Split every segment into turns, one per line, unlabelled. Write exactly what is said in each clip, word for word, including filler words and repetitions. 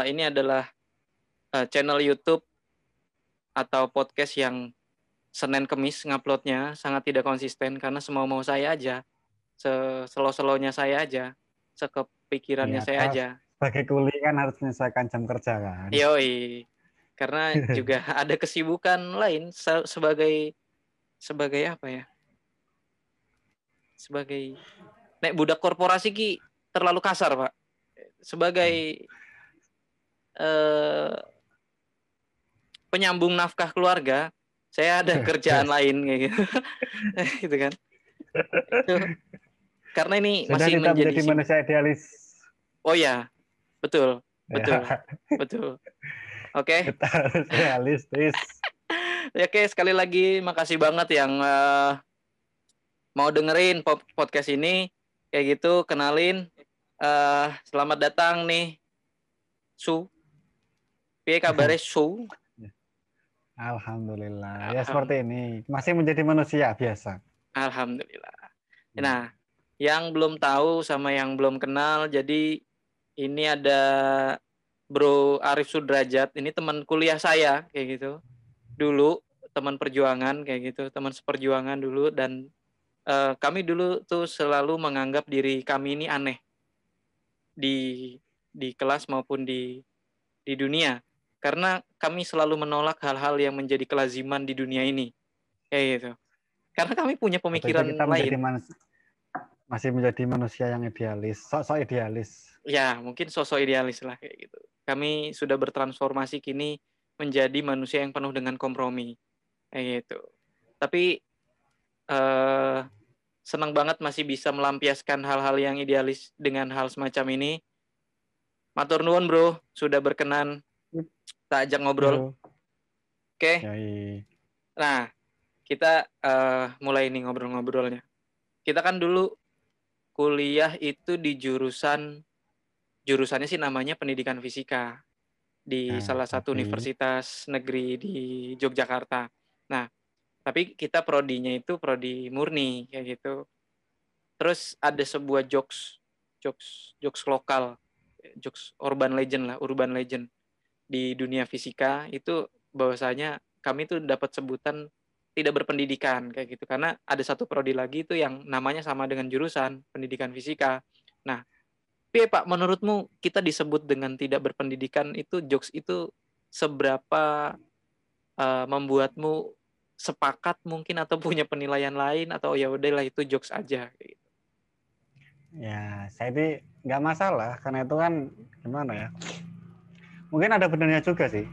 uh, ini adalah uh, channel YouTube atau podcast yang Senin Kemis nguploadnya sangat tidak konsisten karena semau-mau saya aja, selo-selonya saya aja, sekepikirannya
Iya,
saya
kalau
aja.
sebagai kuli kan harus menyesuaikan jam kerja kan.
Yoi, karena juga ada kesibukan lain se- sebagai sebagai apa ya? Sebagai nek budak korporasi ki terlalu kasar, Pak. Sebagai eh, penyambung nafkah keluarga, saya ada kerjaan lain kayak gitu. Gitu kan. Itu karena ini
Sudah
masih
tidak
menjadi
menjadi
sibuk.
manusia idealis.
Oh ya, betul, betul,
Ya,
betul. Oke,
kita harus realistis.
oke sekali lagi makasih banget yang eh, mau dengerin po- podcast ini. Kayak gitu, kenalin. eh selamat datang nih, Su. Piye kabare Su?
Alhamdulillah. Ya
Alham-
seperti ini. Masih menjadi manusia biasa.
Alhamdulillah. Nah, yang belum tahu sama yang belum kenal, jadi ini ada Bro Arif Sudrajat. Ini teman kuliah saya kayak gitu. Dulu teman perjuangan kayak gitu, teman seperjuangan dulu dan eh, kami dulu tuh selalu menganggap diri kami ini aneh di di kelas maupun di di dunia karena kami selalu menolak hal-hal yang menjadi kelaziman di dunia ini kayak gitu. Karena kami punya
Waktu itu
pemikiran
kita menjadi
lain.
man- masih menjadi manusia yang idealis, sok-sok idealis.
Ya, mungkin sosok idealis lah kayak gitu. Kami sudah bertransformasi kini menjadi manusia yang penuh dengan kompromi kayak gitu. Tapi eh, senang banget masih bisa melampiaskan hal-hal yang idealis dengan hal semacam ini. Matur nuwun bro, sudah berkenan tak ajak ngobrol.
Yo,
Oke,
yoi.
nah kita eh, mulai nih ngobrol-ngobrolnya. Kita kan dulu kuliah itu di jurusan, jurusannya sih namanya pendidikan fisika di
Nah,
salah satu
tapi
universitas negeri di Yogyakarta. Nah, tapi kita prodinya itu prodi murni kayak gitu. Terus ada sebuah jokes, jokes, jokes lokal, jokes urban legend lah, urban legend di dunia fisika itu bahwasanya kami tuh dapat sebutan tidak berpendidikan kayak gitu karena ada satu prodi lagi itu yang namanya sama dengan jurusan pendidikan fisika. Nah, tapi Pak, menurutmu kita disebut dengan tidak berpendidikan itu jokes itu seberapa uh, membuatmu sepakat mungkin atau punya penilaian lain atau ya udahlah itu jokes aja kayak gitu.
ya saya ini nggak masalah karena itu kan gimana ya? Mungkin ada benarnya juga sih.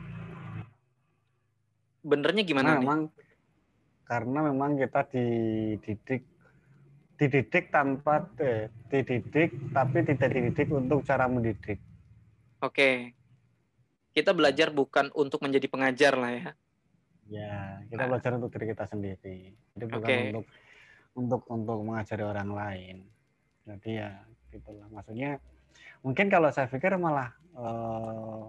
Benernya
Karena
gimana nih?
memang karena memang kita dididik dididik tanpa eh, dididik tapi tidak dididik untuk cara mendidik.
Oke, kita belajar
Ya,
bukan untuk menjadi pengajar lah ya.
ya kita
Nah,
belajar untuk diri kita sendiri. Jadi bukan
oke.
untuk untuk untuk mengajari orang lain. Jadi ya gitulah. Maksudnya mungkin kalau saya pikir malah eh,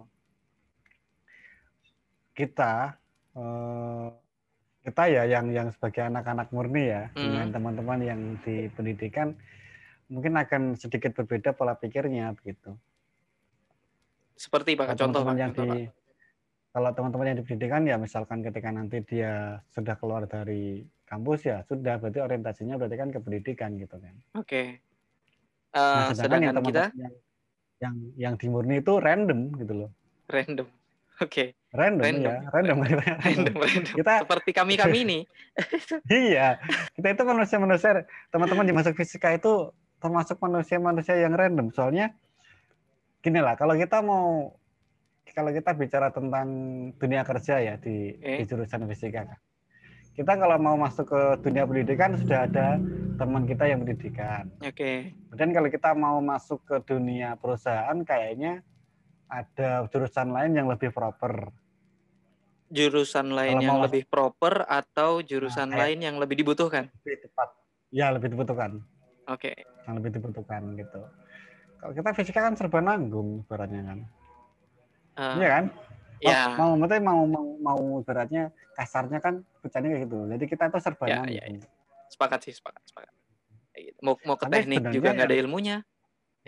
kita eh, kita ya yang yang sebagai anak-anak murni ya dengan
Hmm,
teman-teman yang di pendidikan mungkin akan sedikit berbeda pola pikirnya begitu.
seperti Pak,
Kalau
contoh
teman-teman
Pak,
yang
contoh Pak.
di kalau teman-teman yang di pendidikan ya misalkan ketika nanti dia sudah keluar dari kampus ya sudah berarti orientasinya berarti kan ke pendidikan gitu kan.
Oke.
Nah,
Uh,
sedangkan yang
sedangkan
teman-teman
kita
yang yang yang di murni itu random gitu loh.
random. Oke.
Random
Random,
ya, random
random,
random.
random, random.
Kita
Seperti kami-kami ini.
iya, kita itu manusia-manusia teman-teman di masuk fisika itu termasuk manusia-manusia yang random. Soalnya gini lah, kalau kita mau kalau kita bicara tentang dunia kerja ya di di
Oke.
jurusan fisika, kita kalau mau masuk ke dunia pendidikan sudah ada teman kita yang pendidikan.
Oke.
Kemudian kalau kita mau masuk ke dunia perusahaan kayaknya ada jurusan lain yang lebih proper.
Jurusan lain
Kalau
yang
mau masuk
lebih proper atau
nah,
jurusan
kayak
lain yang lebih dibutuhkan?
lebih tepat. Ya, lebih dibutuhkan.
Oke.
Yang lebih dibutuhkan gitu. Kalau kita fisika kan serba nanggung ibaratnya kan. Iya
Uh,
kan? Mau
ya,
mau mau mau mau, mau ibaratnya kasarnya kan bacanya kayak gitu. Jadi kita itu serba
ya, ya,
nanggung.
ya. Sepakat sih, sepakat, sepakat. Kayak gitu. Mau mau ke
Tapi
teknik juga
sebenarnya
nggak
yang
ada ilmunya.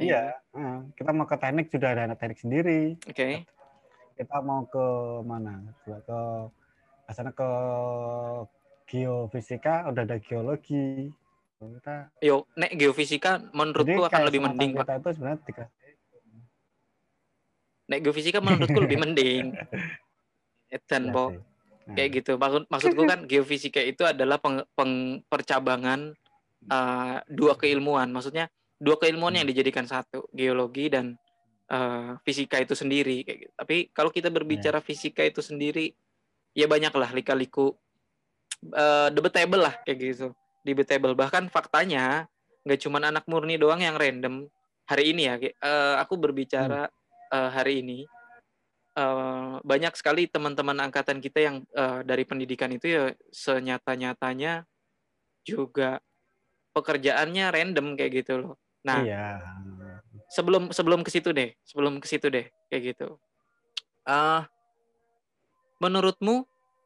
Iya, uh, kita mau ke teknik sudah ada anak teknik sendiri.
Oke. Okay.
Kita mau ke mana? Ke asalnya ke geofisika udah ada geologi. Kita
Yo, nek geofisika menurutku akan lebih mending, Pak.
Kita itu sebenarnya dikasih.
Nek geofisika menurutku lebih mending. Edan, ya, po. Nah. Kayak gitu. Maksud maksudku kan geofisika itu adalah peng, peng, percabangan uh, dua keilmuan. Maksudnya dua keilmuan hmm. yang dijadikan satu, geologi dan uh, fisika itu sendiri kayak gitu. Tapi kalau kita berbicara yeah. fisika itu sendiri, ya banyaklah lika-liku uh, debatable lah kayak gitu. Debatable. Bahkan faktanya nggak cuma anak murni doang yang random. Hari ini ya, uh, aku berbicara hmm. uh, hari ini. Uh, banyak sekali teman-teman angkatan kita yang uh, dari pendidikan itu ya senyata-nyatanya juga pekerjaannya random kayak gitu loh. Nah, iya. sebelum sebelum ke situ deh, sebelum ke situ deh kayak gitu. Uh, menurutmu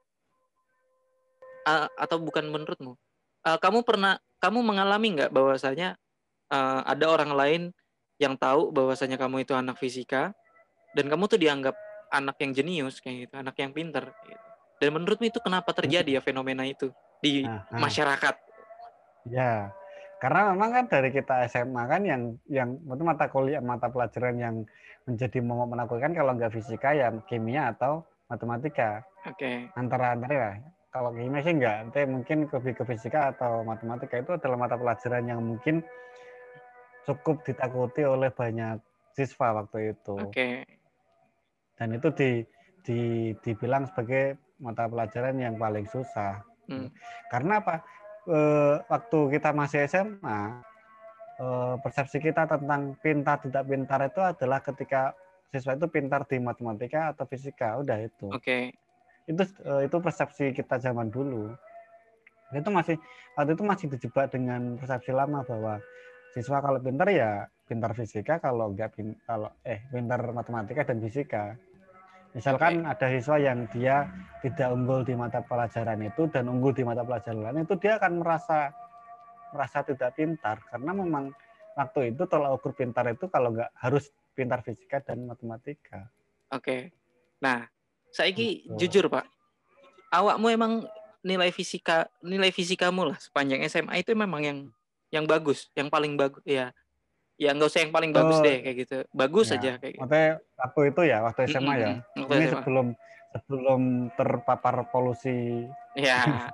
uh, atau bukan menurutmu? Uh, kamu pernah kamu mengalami nggak bahwasanya uh, ada orang lain yang tahu bahwasanya kamu itu anak fisika dan kamu tuh dianggap anak yang jenius kayak gitu, anak yang pinter gitu. Dan menurutmu itu kenapa terjadi ya fenomena itu di nah, nah. masyarakat?
Ya, karena memang kan dari kita S M A kan yang yang mata kuliah mata pelajaran yang menjadi momok menakutkan kalau nggak fisika ya kimia atau matematika.
Oke. Okay.
Antara antara ya. Kalau kimia sih enggak, nanti mungkin ke, ke fisika atau matematika itu adalah mata pelajaran yang mungkin cukup ditakuti oleh banyak siswa waktu itu.
Oke. Okay.
Dan itu di, di dibilang sebagai mata pelajaran yang paling susah. Hmm. Karena apa? E, waktu kita masih S M A, e, persepsi kita tentang pintar tidak pintar itu adalah ketika siswa itu pintar di matematika atau fisika, udah itu.
Oke. Okay.
Itu e, itu persepsi kita zaman dulu. Itu masih waktu itu masih dijebak dengan persepsi lama bahwa siswa kalau pintar ya pintar fisika, kalau enggak kalau eh pintar matematika dan fisika. Misalkan okay. ada siswa yang dia tidak unggul di mata pelajaran itu dan unggul di mata pelajaran lain, itu dia akan merasa merasa tidak pintar karena memang waktu itu tolak ukur pintar itu kalau enggak harus pintar fisika dan matematika.
Oke. Okay. Nah, saiki gitu. Jujur Pak, awakmu emang nilai fisika nilai fisikamu lah sepanjang S M A itu memang yang yang bagus, yang paling bagus ya. Ya nggak usah yang paling bagus oh, deh kayak gitu. Bagus
ya,
aja kayak gitu.
Waktu, waktu itu ya, waktu S M A ya.
Mm-mm,
Ini
S M A.
sebelum sebelum terpapar polusi.
Ya.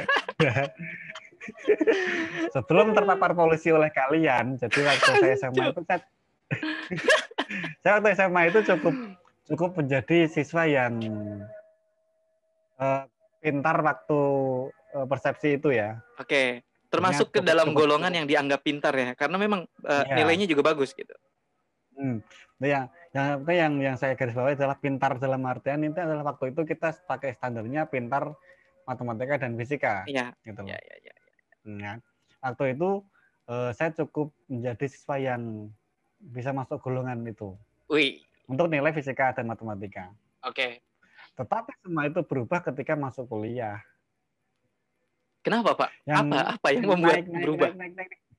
Sebelum terpapar polusi oleh kalian. Jadi waktu saya S M A itu saya, saya waktu S M A itu cukup cukup menjadi siswa yang uh, pintar waktu uh, persepsi itu ya.
Oke. Okay. Termasuk cukup, ke dalam cukup, golongan cukup. Yang dianggap pintar ya, karena memang uh, ya. Nilainya juga bagus gitu.
Hmm. Yang yang yang yang saya garis bawahi adalah pintar dalam artian itu adalah waktu itu kita pakai standarnya pintar matematika dan fisika.
Iya.
Gitu loh.
Ya, ya, ya, ya.
Nah, waktu itu eh, saya cukup menjadi siswa yang bisa masuk golongan itu.
Wih.
Untuk nilai fisika dan matematika.
Oke. Okay.
Tetapi semua itu berubah ketika masuk kuliah.
Kenapa Pak? Yang apa apa yang membuat
naik, naik,
berubah?
Naik, naik, naik.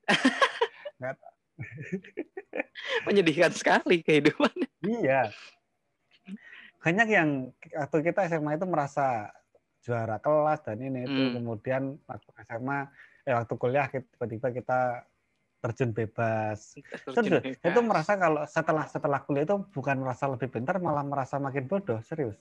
Menyedihkan sekali kehidupan.
Iya. Banyak yang waktu kita S M A itu merasa juara kelas dan ini itu hmm. kemudian waktu S M A eh waktu kuliah tiba-tiba kita terjun bebas. Terjun bebas. Itu merasa kalau setelah setelah kuliah itu bukan merasa lebih pintar malah merasa makin bodoh, serius.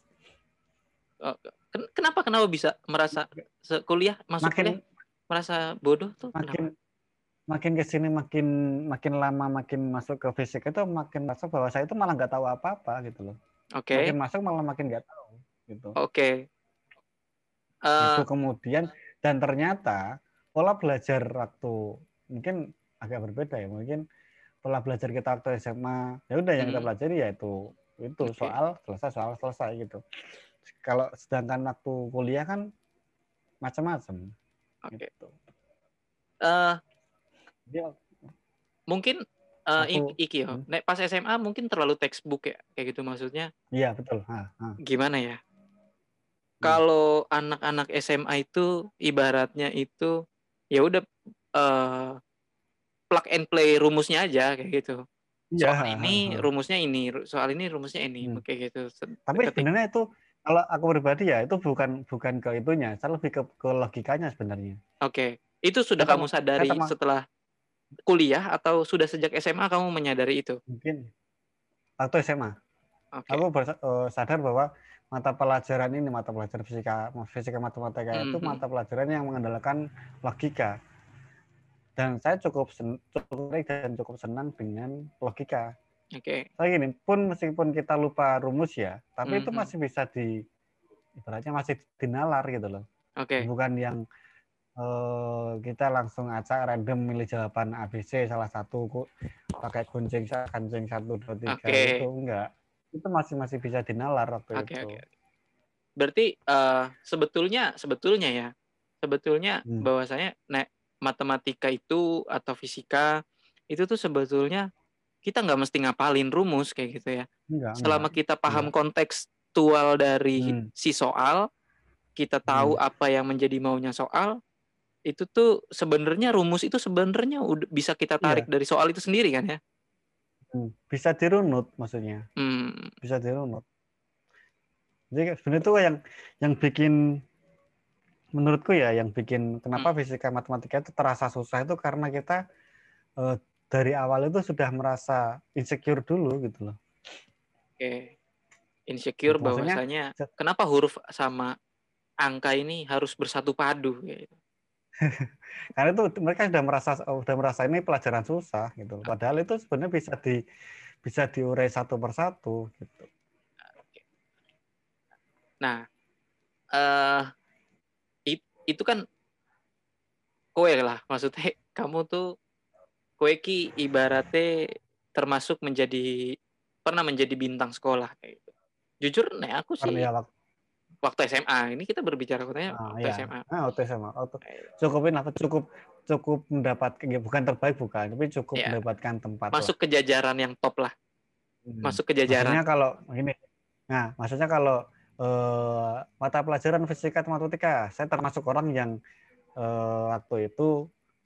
Kenapa kenapa bisa merasa kuliah masuk makin, kuliah merasa bodoh tuh
makin
kenapa?
Makin kesini makin makin lama makin masuk ke fisik itu makin merasa bahwa saya itu malah nggak tahu apa-apa gitu loh.
Oke. Okay.
Makin masuk malah makin nggak tahu gitu.
Oke. Okay. Uh,
itu kemudian dan ternyata pola belajar waktu mungkin agak berbeda ya, mungkin pola belajar kita waktu S M A ya udah yang hmm. kita pelajari ya itu itu okay. soal selesai soal selesai gitu. Kalau sedangkan waktu kuliah kan macam-macam.
Oke. Okay.
Gitu.
Uh, ya. Mungkin uh, Aku, iki yo. Hmm. Pas S M A mungkin terlalu textbook ya kayak gitu maksudnya.
Iya betul. Ha, ha.
Gimana ya? Hmm. Kalau anak-anak S M A itu ibaratnya itu ya udah uh, plug and play rumusnya aja kayak gitu.
Iya,
Soal
heeh,
ini
heeh.
rumusnya ini, soal ini rumusnya ini,
Hmm.
kayak gitu.
Tapi
Ketik.
sebenarnya itu kalau aku pribadi ya itu bukan bukan ke itunya, saya lebih ke, ke logikanya sebenarnya.
Oke, itu sudah
Saya,
kamu
terma, saya
sadari
terma,
setelah kuliah atau sudah sejak S M A kamu menyadari itu?
mungkin waktu S M A,
Oke.
aku bersa- eh, sadar bahwa mata pelajaran ini, mata pelajaran fisika, fisika matematika itu
Mhm.
mata pelajaran yang mengandalkan logika. Dan saya cukup sen, cukup baik dan cukup senang dengan logika.
Oke.
Saya gini, pun meskipun kita lupa rumus ya, tapi itu
Mhm.
masih bisa di, ibaratnya masih dinalar gitu loh.
Oke.
Bukan yang eh, kita langsung acak random milih jawaban A B C salah satu kok pakai kuncing kancing satu dua tiga gitu,
Oke.
enggak. Itu masih masih bisa dinalar waktu
Oke,
itu.
oke. Berarti eh, sebetulnya sebetulnya ya, sebetulnya
Hmm.
bahwasanya nek matematika itu atau fisika itu tuh sebetulnya kita nggak mesti ngapalin rumus kayak gitu ya.
Enggak, enggak.
Selama kita paham
Enggak.
kontekstual dari
Hmm.
si soal, kita tahu
Hmm.
apa yang menjadi maunya soal, itu tuh sebenarnya rumus itu sebenarnya udah bisa kita tarik
Iya.
dari soal itu sendiri kan ya?
Hmm. Bisa dirunut maksudnya.
Hmm.
Bisa dirunut. Jadi sebenarnya itu yang yang bikin, menurutku ya, yang bikin
Hmm.
kenapa fisika matematika itu terasa susah itu karena kita eh, dari awal itu sudah merasa insecure dulu gitu loh.
Oke. Insecure
Gitu. Maksudnya
bahwasanya kenapa huruf sama angka ini harus bersatu padu gitu.
karena itu mereka sudah merasa sudah merasa ini pelajaran susah gitu. Padahal itu sebenarnya bisa di bisa diurai satu persatu gitu.
Nah, eh it, itu kan kowe lah, maksudnya kamu tuh kowe ki ibaratnya termasuk menjadi pernah menjadi bintang sekolah kayak gitu. Jujur nih aku
Karena
sih
ya waktu
waktu S M A, ini kita berbicara katanya
ah,
waktu
ya,
S M A.
ah, waktu S M A, waktu cukupin apa cukup cukup mendapatkan ya, bukan terbaik bukan, tapi cukup
Ya,
mendapatkan tempat lah.
masuk ke jajaran yang top lah.
Hmm.
Masuk ke jajaran.
Maksudnya kalau gini, nah maksudnya kalau eh, mata pelajaran fisika matematika, saya termasuk orang yang eh, waktu itu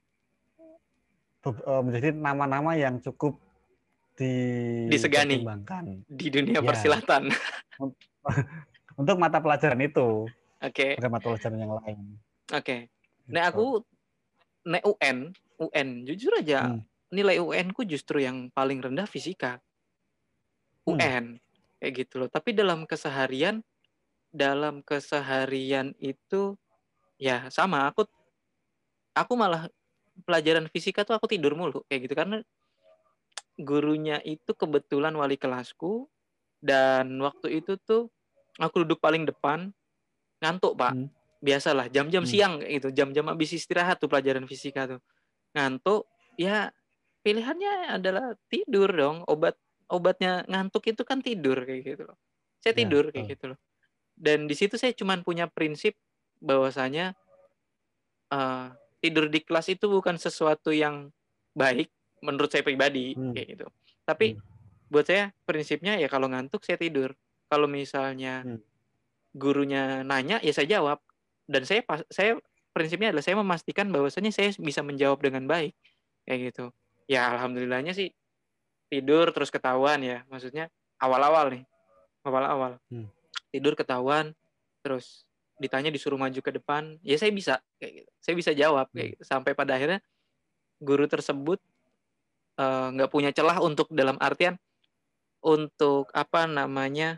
eh, menjadi nama-nama yang cukup
Disegani
dipertimbangkan.
di dunia
Ya,
persilatan.
untuk mata pelajaran itu,
Oke.
bukan mata pelajaran yang lain.
Oke. Nek
Gitu.
aku nek U N, U N jujur aja
Hmm.
nilai U N ku justru yang paling rendah fisika.
Hmm.
U N kayak gitu loh. Tapi dalam keseharian dalam keseharian itu ya sama aku aku malah pelajaran fisika tuh aku tidur mulu kayak gitu karena gurunya itu kebetulan wali kelasku dan waktu itu tuh aku duduk paling depan ngantuk Pak.
Hmm.
Biasalah jam-jam
Hmm.
siang kayak gitu, jam-jam habis istirahat tuh pelajaran fisika tuh. Ngantuk ya pilihannya adalah tidur dong. Obat obatnya ngantuk itu kan tidur kayak gitu loh. Saya
Ya,
tidur kayak
betul.
gitu loh. Dan di situ saya cuman punya prinsip bahwasanya uh, tidur di kelas itu bukan sesuatu yang baik menurut saya pribadi
Hmm.
kayak gitu. Tapi
Hmm.
buat saya prinsipnya ya kalau ngantuk saya tidur. Kalau misalnya
Hmm.
gurunya nanya ya saya jawab dan saya pas saya prinsipnya adalah saya memastikan bahwasanya saya bisa menjawab dengan baik kayak gitu. Ya alhamdulillahnya sih tidur terus ketahuan ya. Maksudnya awal-awal nih, awal-awal.
Hmm.
Tidur ketahuan terus ditanya disuruh maju ke depan, ya saya bisa kayak gitu. Saya bisa jawab
Hmm.
kayak gitu. Sampai pada akhirnya guru tersebut nggak uh, punya celah untuk dalam artian untuk apa namanya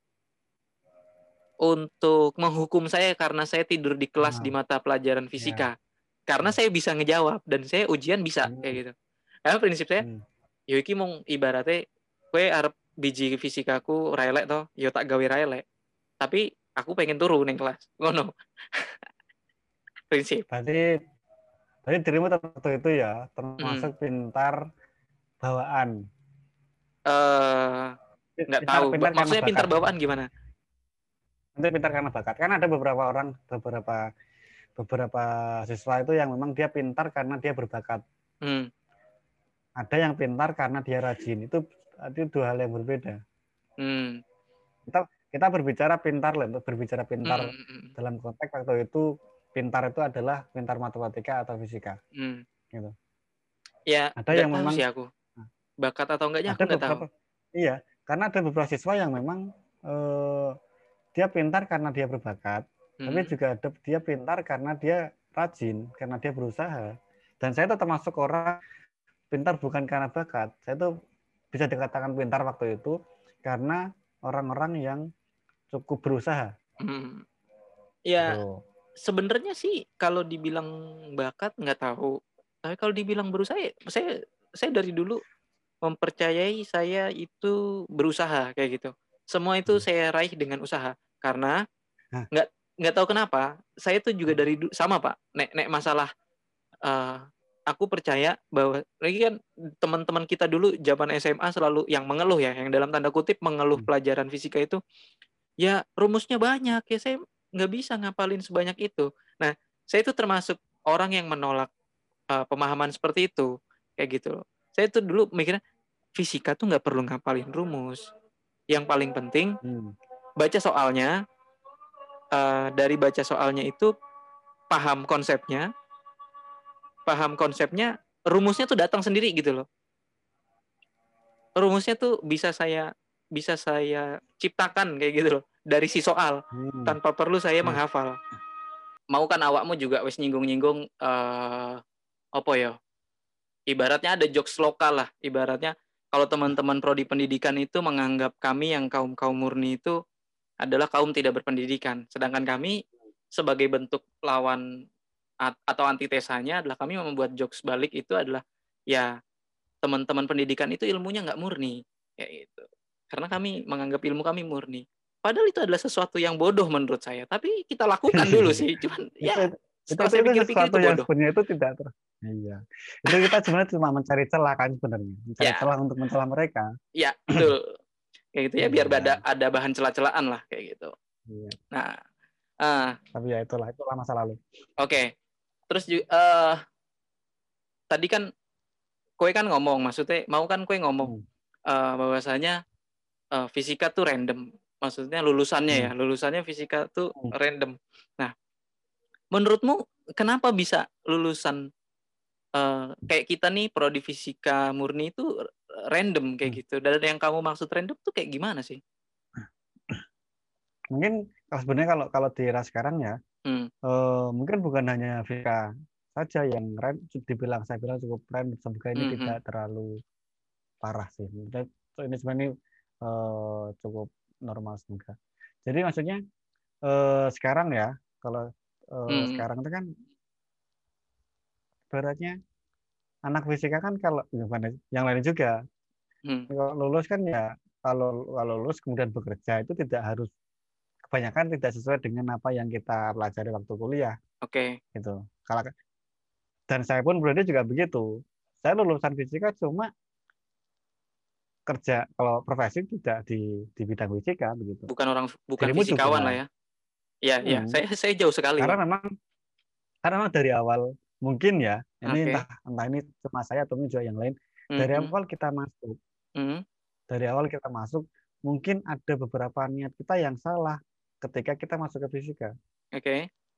untuk menghukum saya karena saya tidur di kelas di
Ah,
mata pelajaran
ya.
fisika. Karena
Ya.
saya bisa ngejawab dan saya ujian bisa kayak
Hmm.
gitu. Karena prinsip saya,
Hmm.
yo iki mau ibaratnya kue arep biji fisikaku railek toh, yo tak gawe railek. Tapi aku pengen turun ning kelas. Ngono. Prinsip.
Berarti, berarti dirimu waktu itu ya
Hmm.
termasuk pintar bawaan.
Eh nggak
Pintar,
tahu.
pintar karena
Maksudnya pintar
bakat.
bawaan gimana?
Nanti pintar karena bakat. Kan ada beberapa orang, beberapa beberapa siswa itu yang memang dia pintar karena dia berbakat.
Hmm.
Ada yang pintar karena dia rajin. Itu itu dua hal yang berbeda.
Hmm.
Kita kita berbicara pintar lah, berbicara
Hmm.
pintar
Hmm. Hmm.
dalam konteks waktu itu pintar itu adalah pintar matematika atau fisika.
Hmm.
Gitu.
Ya,
Ada
nggak
yang
tahu
memang
sih aku. Bakat atau enggaknya
ada
aku nggak tahu.
beberapa, iya, karena ada beberapa siswa yang memang eh, dia pintar karena dia berbakat, tapi
Hmm.
juga ada dia pintar karena dia rajin, karena dia berusaha. Dan saya itu termasuk orang pintar bukan karena bakat. Saya itu bisa dikatakan pintar waktu itu karena orang-orang yang cukup berusaha.
Hmm. Ya,
Gitu.
sebenarnya sih kalau dibilang bakat nggak tahu. Tapi kalau dibilang berusaha, ya, saya saya dari dulu mempercayai saya itu berusaha kayak gitu. Semua itu saya raih dengan usaha karena
Nah,
nggak nggak tahu kenapa saya tuh juga dari dulu sama Pak. Nek nek masalah eh, aku percaya bahwa lagi kan teman-teman kita dulu zaman S M A selalu yang mengeluh ya, yang dalam tanda kutip mengeluh pelajaran fisika itu ya rumusnya banyak ya saya nggak bisa ngapalin sebanyak itu. Nah, saya itu termasuk orang yang menolak uh, pemahaman seperti itu kayak gitu loh. Saya tuh dulu mikirnya fisika tuh nggak perlu ngapalin rumus. Yang paling penting
hmm,
baca soalnya, uh, dari baca soalnya itu paham konsepnya, paham konsepnya, rumusnya tuh datang sendiri gitu loh. Rumusnya tuh bisa saya bisa saya ciptakan kayak gitu loh dari si soal
hmm.
tanpa perlu saya
Nah,
menghafal. Mau kan awakmu juga wis nyinggung-nyinggung uh, apa ya? Ibaratnya ada jokes lokal lah. Ibaratnya kalau teman-teman prodi pendidikan itu menganggap kami yang kaum-kaum murni itu adalah kaum tidak berpendidikan. Sedangkan kami sebagai bentuk lawan atau antitesanya adalah kami membuat jokes balik itu adalah ya teman-teman pendidikan itu ilmunya nggak murni. Kayak gitu. Karena kami menganggap ilmu kami murni. Padahal itu adalah sesuatu yang bodoh menurut saya. Tapi kita lakukan dulu sih. Cuman
itu,
ya
itu
setelah
itu
saya
itu
pikir-pikir
sesuatu
itu
yang
bodoh.
sebenarnya itu tidak ter iya, itu kita sebenarnya cuma mencari celah kan, sebenarnya mencari
Ya,
celah untuk mencela mereka.
ya betul. Kayak gitu ya biar ada
Iya,
ada bahan celah-celahan lah kayak gitu.
iya.
Nah, uh,
Tapi ya itulah itulah masa lalu.
oke. Okay. Terus juga uh, tadi kan kowe kan ngomong, maksudnya mau kan kowe ngomong
Hmm.
uh, bahwasanya uh, fisika tuh random. Maksudnya lulusannya ya,
Hmm.
lulusannya fisika tuh
Hmm.
random. Nah, menurutmu kenapa bisa lulusan uh, kayak kita nih prodi fisika murni itu random kayak
Hmm.
gitu? Dan yang kamu maksud random tuh kayak gimana sih?
Mungkin kalau sebenarnya kalau kalau di era sekarang ya,
Hmm.
eh, mungkin bukan hanya fisika saja yang ren, dibilang saya bilang cukup random, semoga ini
Hmm.
tidak terlalu parah sih. Ini sebenarnya eh, cukup normal semoga. Jadi maksudnya eh, sekarang ya, kalau eh,
Hmm.
sekarang itu kan beratnya anak fisika kan kalau gimana, yang lain juga
Hmm.
kalau lulus kan ya, kalau kalau lulus kemudian bekerja itu tidak harus, kebanyakan tidak sesuai dengan apa yang kita pelajari waktu kuliah
Oke. Okay.
gitu. Kalau dan saya pun berarti juga begitu. Saya lulusan fisika cuma kerja kalau profesi tidak di di bidang fisika begitu.
Bukan orang bukan
Dirimu
fisikawan lah
juga.
ya. Iya, iya.
Hmm.
Saya saya jauh sekali,
Karena
Pak.
memang karena memang dari awal mungkin ya, ini
Oke.
entah entah ini cuma saya atau juga yang lain. Dari
Mm-hmm.
awal kita masuk,
Mm-hmm.
dari awal kita masuk, mungkin ada beberapa niat kita yang salah ketika kita masuk ke fisika.
Oke. Okay.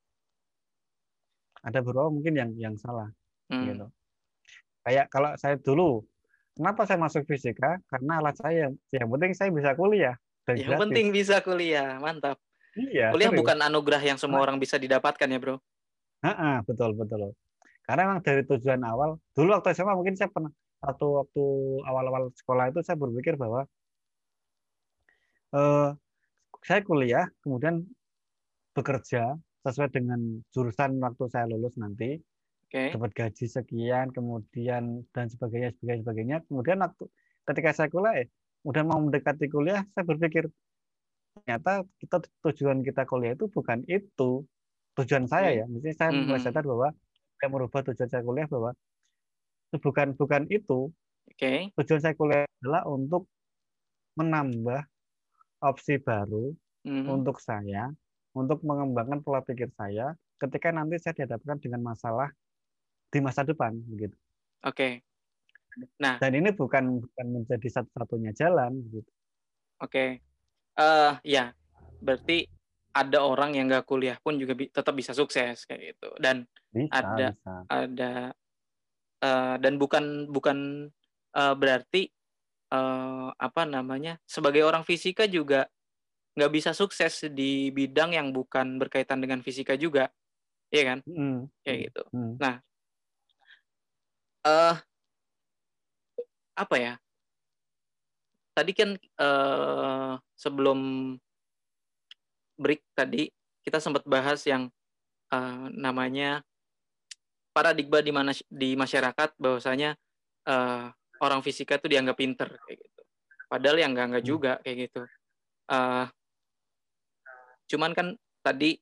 Ada beberapa mungkin yang yang salah
Mm.
gitu. Kayak kalau saya dulu, kenapa saya masuk fisika? Karena alat saya yang, yang penting saya bisa kuliah dan
Yang
gratis.
penting bisa kuliah, mantap.
Iya,
Kuliah
serius.
bukan anugerah yang semua
Karena,
orang bisa didapatkan ya, Bro.
ah, betul betul. Karena memang dari tujuan awal, dulu waktu S M A mungkin saya pernah satu waktu awal-awal sekolah itu saya berpikir bahwa eh, saya kuliah kemudian bekerja sesuai dengan jurusan waktu saya lulus nanti,
Oke. Okay.
dapat gaji sekian, kemudian dan sebagainya sebagainya sebagainya. Kemudian waktu ketika saya kuliah, eh, udah mau mendekati kuliah, saya berpikir ternyata kita tujuan kita kuliah itu bukan itu tujuan saya
Okay.
ya. Misalnya saya mulai
Mm-hmm.
sadar bahwa saya merubah tujuan saya kuliah bahwa itu bukan bukan itu.
Oke. Okay.
Tujuan saya kuliah adalah untuk menambah opsi baru
Mm-hmm.
untuk saya, untuk mengembangkan pola pikir saya ketika nanti saya dihadapkan dengan masalah di masa depan begitu.
Oke. Okay. Nah,
Dan ini bukan bukan menjadi satu-satunya jalan gitu.
oke. Okay. Eh, uh, ya. Berarti ada orang yang nggak kuliah pun juga bi- tetap bisa sukses kayak gitu. Dan
Bisa,
ada
bisa.
ada uh, dan bukan bukan uh, berarti uh, apa namanya sebagai orang fisika juga nggak bisa sukses di bidang yang bukan berkaitan dengan fisika juga, iya kan?
Hmm.
Kayak gitu.
Hmm.
Nah, uh, apa ya? Tadi kan uh, sebelum break tadi kita sempat bahas yang uh, namanya paradigma di mana di masyarakat bahwasanya uh, orang fisika itu dianggap pinter kayak gitu. Padahal yang enggak enggak juga kayak gitu. Uh, cuman kan tadi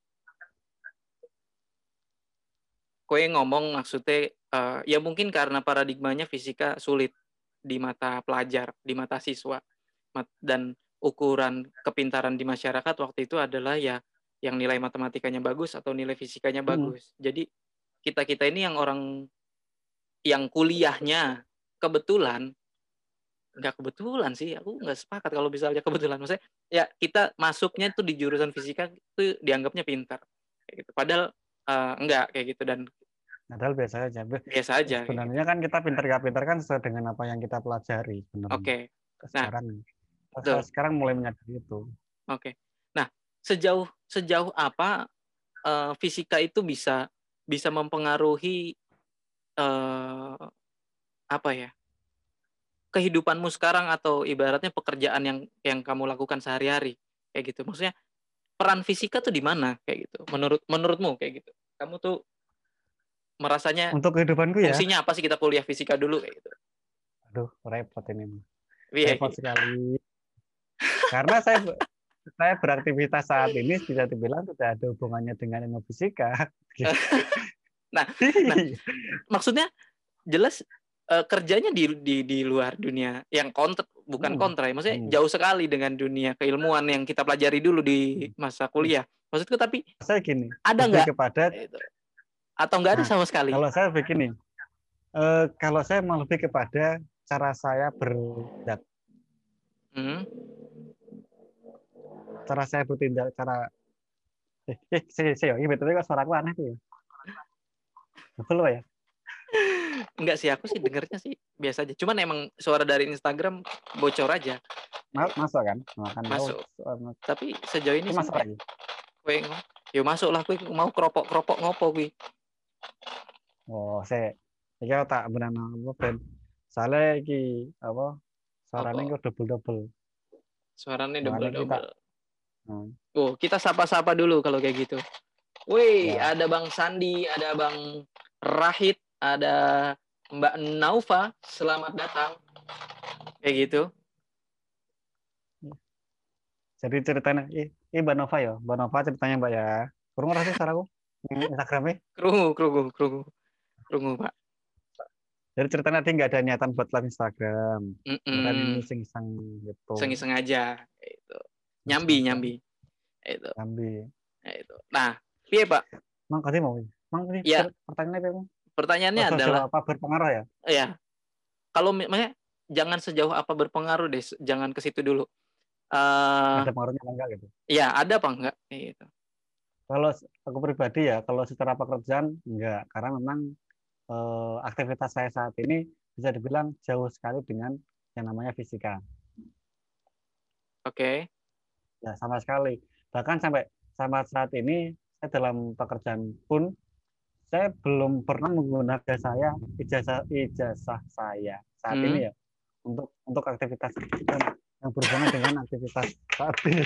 kowe ngomong maksudnya uh, ya mungkin karena paradigmanya fisika sulit di mata pelajar, di mata siswa. Dan ukuran kepintaran di masyarakat waktu itu adalah ya yang nilai matematikanya bagus atau nilai fisikanya bagus. Hmm. Jadi kita-kita ini yang orang yang kuliahnya kebetulan, nggak kebetulan sih, aku nggak sepakat kalau misalnya kebetulan. Maksudnya ya kita masuknya tuh di jurusan fisika itu dianggapnya pintar kayak gitu. Padahal uh, enggak kayak gitu. Dan
padahal biasa aja.
Biasa aja.
Sebenarnya gitu. Kan kita pintar gak pintar kan sesuai dengan apa yang kita pelajari sebenarnya.
Oke. Okay.
Sekarang,
nah,
saya sekarang mulai menyadari itu.
Oke. Okay. Nah, sejauh sejauh apa uh, fisika itu bisa bisa mempengaruhi uh, apa ya kehidupanmu sekarang atau ibaratnya pekerjaan yang yang kamu lakukan sehari-hari kayak gitu. Maksudnya peran fisika tuh di mana kayak gitu. Menurut menurutmu kayak gitu. Kamu tuh merasanya
untuk kehidupanku
fungsinya
ya.
Fungsinya apa sih kita kuliah fisika dulu kayak gitu.
Aduh, repot ini.
Yeah,
repot
yeah.
sekali. Karena saya saya beraktivitas saat ini bisa dibilang tidak ada hubungannya dengan ilmu fisika.
nah, nah, maksudnya jelas uh, kerjanya di, di di luar dunia yang kontra, bukan hmm. kontra ya, maksudnya hmm. jauh sekali dengan dunia keilmuan yang kita pelajari dulu di masa kuliah. Maksudku tapi
saya gini,
ada nggak
kepada
atau nggak ada nah, sama sekali?
Kalau saya begini, uh, kalau saya mau lebih kepada cara saya bertindak. Hmm. Cara saya bertindak, cara eh, eh saya, saya ini betul kok suaraku aneh tuh ya. Betul ya?
Enggak sih, aku sih dengernya sih biasa aja. Cuman emang suara dari Instagram bocor aja.
Mas, masuk kan? Makan
masuk. Tahu. Tapi sejauh ini
masuk lagi.
Kowe yo masuk lah, kowe mau keropok-keropok ngopo kuwi.
Oh, saya iki tak benar apa ben. Soale iki apa? Suaranya kok double-double.
Suaranya double-double. Hmm. Oh, kita sapa-sapa dulu kalau kayak gitu. Wih, ya. Ada Bang Sandi, ada Bang Rahid, ada Mbak Naufa, selamat datang. Kayak gitu.
Jadi ceritanya, ih, ih Mbak Nova ya, Mbak Nova ceritanya Mbak ya. Kurung ngerasa suaraku? Instagramnya?
Krungu, krungu, krungu, krungu Pak.
Jadi ceritanya tadi nggak ada niatan buat live Instagram. Bukan ini iseng-iseng gitu.
Iseng-iseng aja, itu. Nyambi, nyambi. Itu.
Nyambi.
Itu. Nah, piye Pak?
Mang tadi mau. Mang tadi
ya.
pertanyaannya apa?
Pertanyaannya oh, adalah
apa berpengaruh ya?
Iya. Kalau maksudnya jangan sejauh apa berpengaruh deh, jangan ke situ dulu. Uh,
ada pengaruhnya enggak gitu?
Iya, ada apa enggak? Gitu.
Kalau aku pribadi ya, kalau secara pekerjaan enggak, karena memang uh, aktivitas saya saat ini bisa dibilang jauh sekali dengan yang namanya fisika.
Oke. Okay.
Ya sama sekali. Bahkan sampai sama saat ini saya dalam pekerjaan pun saya belum pernah menggunakan saya ijazah ijazah saya saat hmm. ini ya untuk untuk aktivitas yang berhubungan dengan aktivitas saat ini.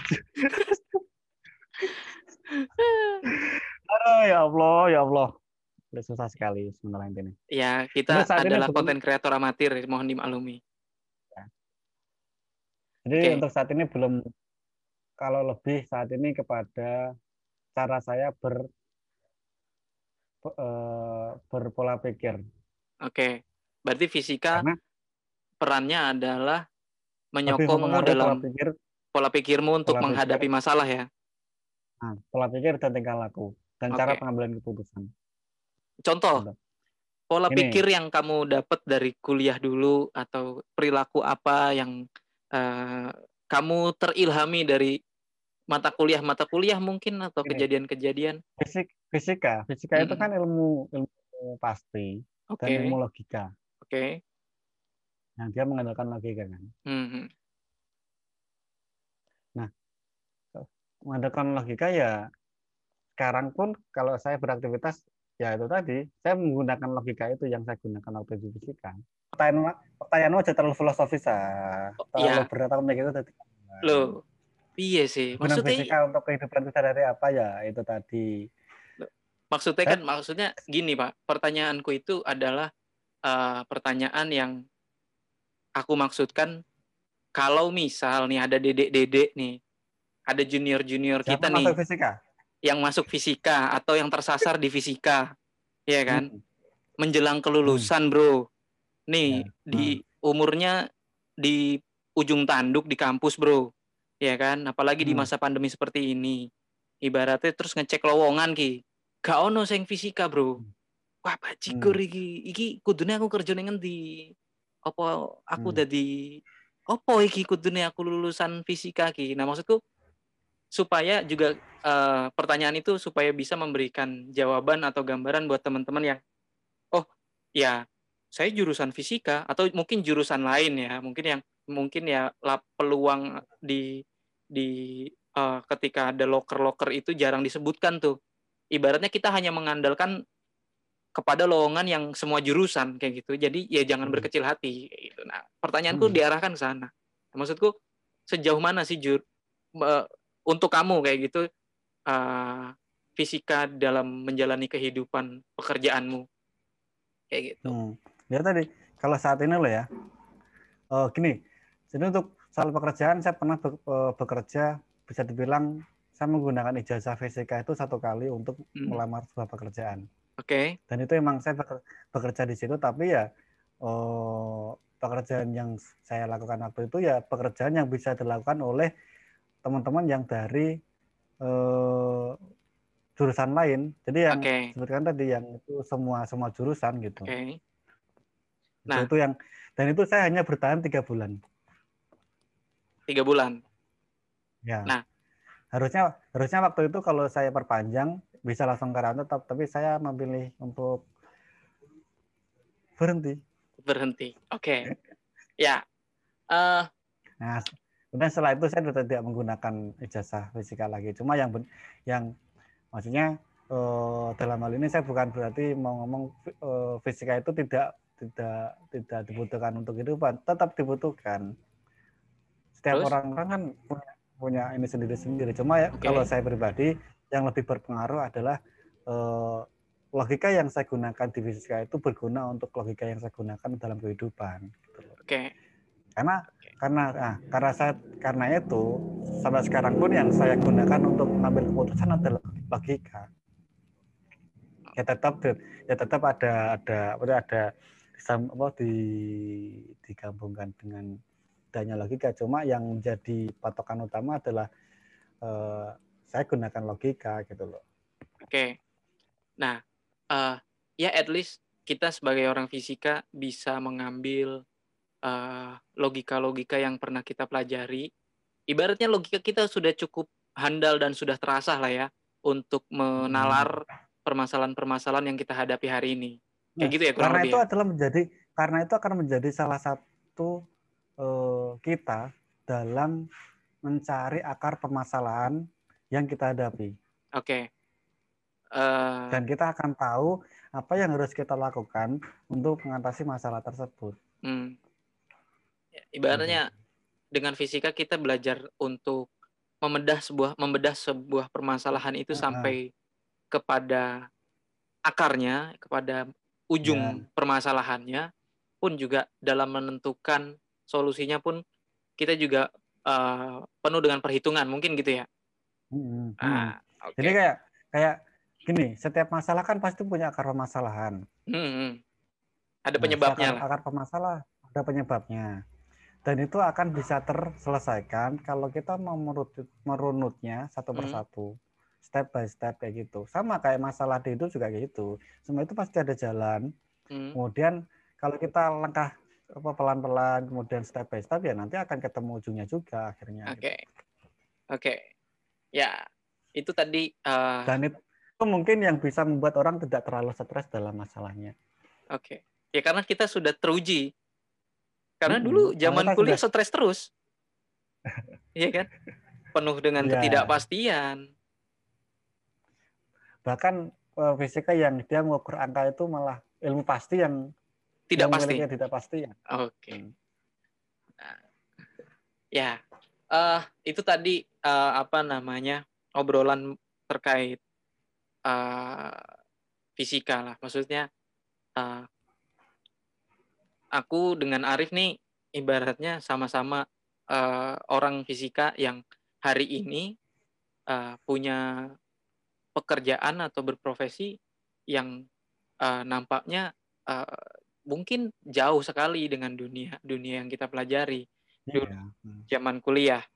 Aduh, ya Allah, ya Allah. Udah susah sekali sebenarnya ini.
Ya, kita adalah konten kreator amatir, mohon dimaklumi.
Ya. Jadi okay. Untuk saat ini belum, kalau lebih saat ini kepada cara saya ber uh, berpola pikir.
Oke. Okay. Berarti fisika karena perannya adalah menyokongmu
pola,
dalam
pikir,
pola pikirmu untuk pola menghadapi pikir, masalah ya.
Nah, pola pikir dan tingkah laku dan okay. cara pengambilan keputusan.
Contoh,
Contoh.
pola
Ini.
pikir yang kamu dapat dari kuliah dulu atau perilaku apa yang uh, kamu terilhami dari mata kuliah mata kuliah mungkin atau kejadian-kejadian.
Fisik, fisika, fisika hmm. itu kan ilmu ilmu pasti. dan
Oke.
ilmu logika.
Oke.
Nah, dia mengandalkan logika kan.
Hmm.
Nah, mengandalkan logika ya sekarang pun kalau saya beraktivitas ya itu tadi saya menggunakan logika itu yang saya gunakan waktu di fisika. Pertanyaan pertanyaanmu aja terlalu filosofis ah.
Oh,
Terlalu
ya,
berat aku gitu tadi.
lo. Iya sih.
Guna
Maksudnya
fisika untuk kehidupan kita dari apa ya itu tadi.
maksudnya kan
Saya,
maksudnya gini, Pak. Pertanyaanku itu adalah uh, pertanyaan yang aku maksudkan kalau misal nih ada dedek-dedek nih, ada junior-junior
siapa
kita
masuk
nih
fisika?
yang masuk fisika atau yang tersasar di fisika, ya kan?
Hmm.
Menjelang
Hmm.
kelulusan, Bro.
Ya.
Nih,
Hmm.
di umurnya di ujung tanduk di kampus, Bro. Ya kan? Apalagi di
Hmm.
masa pandemi seperti ini. Ibaratnya terus ngecek lowongan ki. Gak ono sing fisika, Bro. Wah, bajigur
Hmm.
iki. Iki kudune aku kerja ning endi? Apa aku
Hmm.
dadi opo iki kudune aku lulusan fisika ki. Nah, maksudku supaya juga uh, pertanyaan itu supaya bisa memberikan jawaban atau gambaran buat teman-teman yang oh ya saya jurusan fisika atau mungkin jurusan lain ya mungkin yang mungkin ya lap, peluang di di uh, ketika ada loker-loker itu jarang disebutkan tuh ibaratnya kita hanya mengandalkan kepada lowongan yang semua jurusan kayak gitu jadi ya jangan
Hmm.
berkecil hati kayak gitu. Nah pertanyaanku
Hmm.
diarahkan ke sana maksudku sejauh mana sih jur uh, untuk kamu kayak gitu uh, fisika dalam menjalani kehidupan pekerjaanmu kayak gitu.
Hmm. Ya tadi kalau saat ini loh ya. Oh, gini. Jadi untuk soal pekerjaan saya pernah be bekerja bisa dibilang saya menggunakan ijazah fisika itu satu kali untuk
Hmm.
melamar sebuah pekerjaan.
Oke. Okay.
Dan itu emang saya bekerja di situ tapi ya oh, pekerjaan yang saya lakukan waktu itu ya pekerjaan yang bisa dilakukan oleh teman-teman yang dari eh, jurusan lain. Jadi yang
Okay.
sebutkan tadi yang itu semua semua jurusan gitu.
Okay.
Itu
Nah,
itu yang dan itu saya hanya bertahan tiga bulan.
Tiga bulan.
Ya.
Nah,
harusnya harusnya waktu itu kalau saya perpanjang bisa langsung karyawan tetap, tapi saya memilih untuk berhenti.
berhenti. Oke. Okay. Ya. Uh,
Nah, kemudian setelah itu saya sudah tidak menggunakan ijazah fisika lagi. Cuma yang yang maksudnya eh, dalam hal ini saya bukan berarti mau ngomong eh, fisika itu tidak tidak tidak dibutuhkan untuk kehidupan, tetap dibutuhkan. Setiap
terus?
orang kan punya, punya ini sendiri-sendiri. Cuma ya,
Oke.
kalau
Okay.
saya pribadi yang lebih berpengaruh adalah eh, logika yang saya gunakan di fisika itu berguna untuk logika yang saya gunakan dalam kehidupan. Gitu loh.
Oke. Okay.
Karena
Okay.
karena nah, karena saya karena itu sampai sekarang pun yang saya gunakan untuk mengambil keputusan adalah logika. Ya tetap ya tetap ada ada ada apa di digabungkan dengan adanya logika, cuma yang menjadi patokan utama adalah eh, saya gunakan logika gitu loh.
Oke. Okay. Nah, uh, ya at least kita sebagai orang fisika bisa mengambil uh, logika-logika yang pernah kita pelajari. Ibaratnya logika kita sudah cukup handal dan sudah terasah lah ya untuk menalar permasalahan-permasalahan yang kita hadapi hari ini. Kayak
Nah,
gitu ya kurang
karena
lebih
itu
ya.
adalah menjadi karena itu akan menjadi salah satu eh, kita dalam mencari akar permasalahan yang kita hadapi.
Oke. Okay. Uh,
Dan kita akan tahu apa yang harus kita lakukan untuk mengatasi masalah tersebut.
hmm. Ibaratnya dengan fisika kita belajar untuk membedah sebuah membedah sebuah permasalahan itu sampai kepada akarnya, kepada
Ya.
ujung permasalahannya pun juga dalam menentukan solusinya pun kita juga uh, penuh dengan perhitungan mungkin gitu ya.
Hmm, hmm.
Ah, oke.
Jadi
Okay.
kayak kayak gini, setiap masalah kan pasti punya akar permasalahan.
Hmm, hmm. Ada
Nah, si
penyebabnya
akar,
lah.
akar permasalahan ada penyebabnya. Dan itu akan bisa terselesaikan kalau kita mau merunut, merunutnya satu
Hmm.
persatu, step by step kayak gitu. Sama kayak masalah di itu juga kayak gitu. Semua itu pasti ada jalan.
Hmm.
Kemudian kalau kita langkah apa pelan-pelan, kemudian step by step ya nanti akan ketemu ujungnya juga akhirnya.
Oke.
Gitu.
Oke. Okay. Ya, itu tadi uh,
Dan itu mungkin yang bisa membuat orang tidak terlalu stres dalam masalahnya.
Oke. Ya karena kita sudah teruji. Karena dulu
Mm-mm. Karena
zaman
kita
kuliah
sudah,
stres terus, iya kan? Penuh dengan
ya,
ketidakpastian.
bahkan eh, fisika yang dia mengukur angka itu malah ilmu pasti yang
Tidak
yang
pasti.
memiliki ketidakpastian.
Oke.
Hmm.
Nah, ya, eh itu tadi eh, apa namanya obrolan terkait eh, fisika lah. Maksudnya eh, aku dengan Arif nih ibaratnya sama-sama eh, orang fisika yang hari ini eh, punya pekerjaan atau berprofesi yang eh, nampaknya eh, mungkin jauh sekali dengan dunia dunia yang kita pelajari dulu
Iya. Hmm.
zaman kuliah.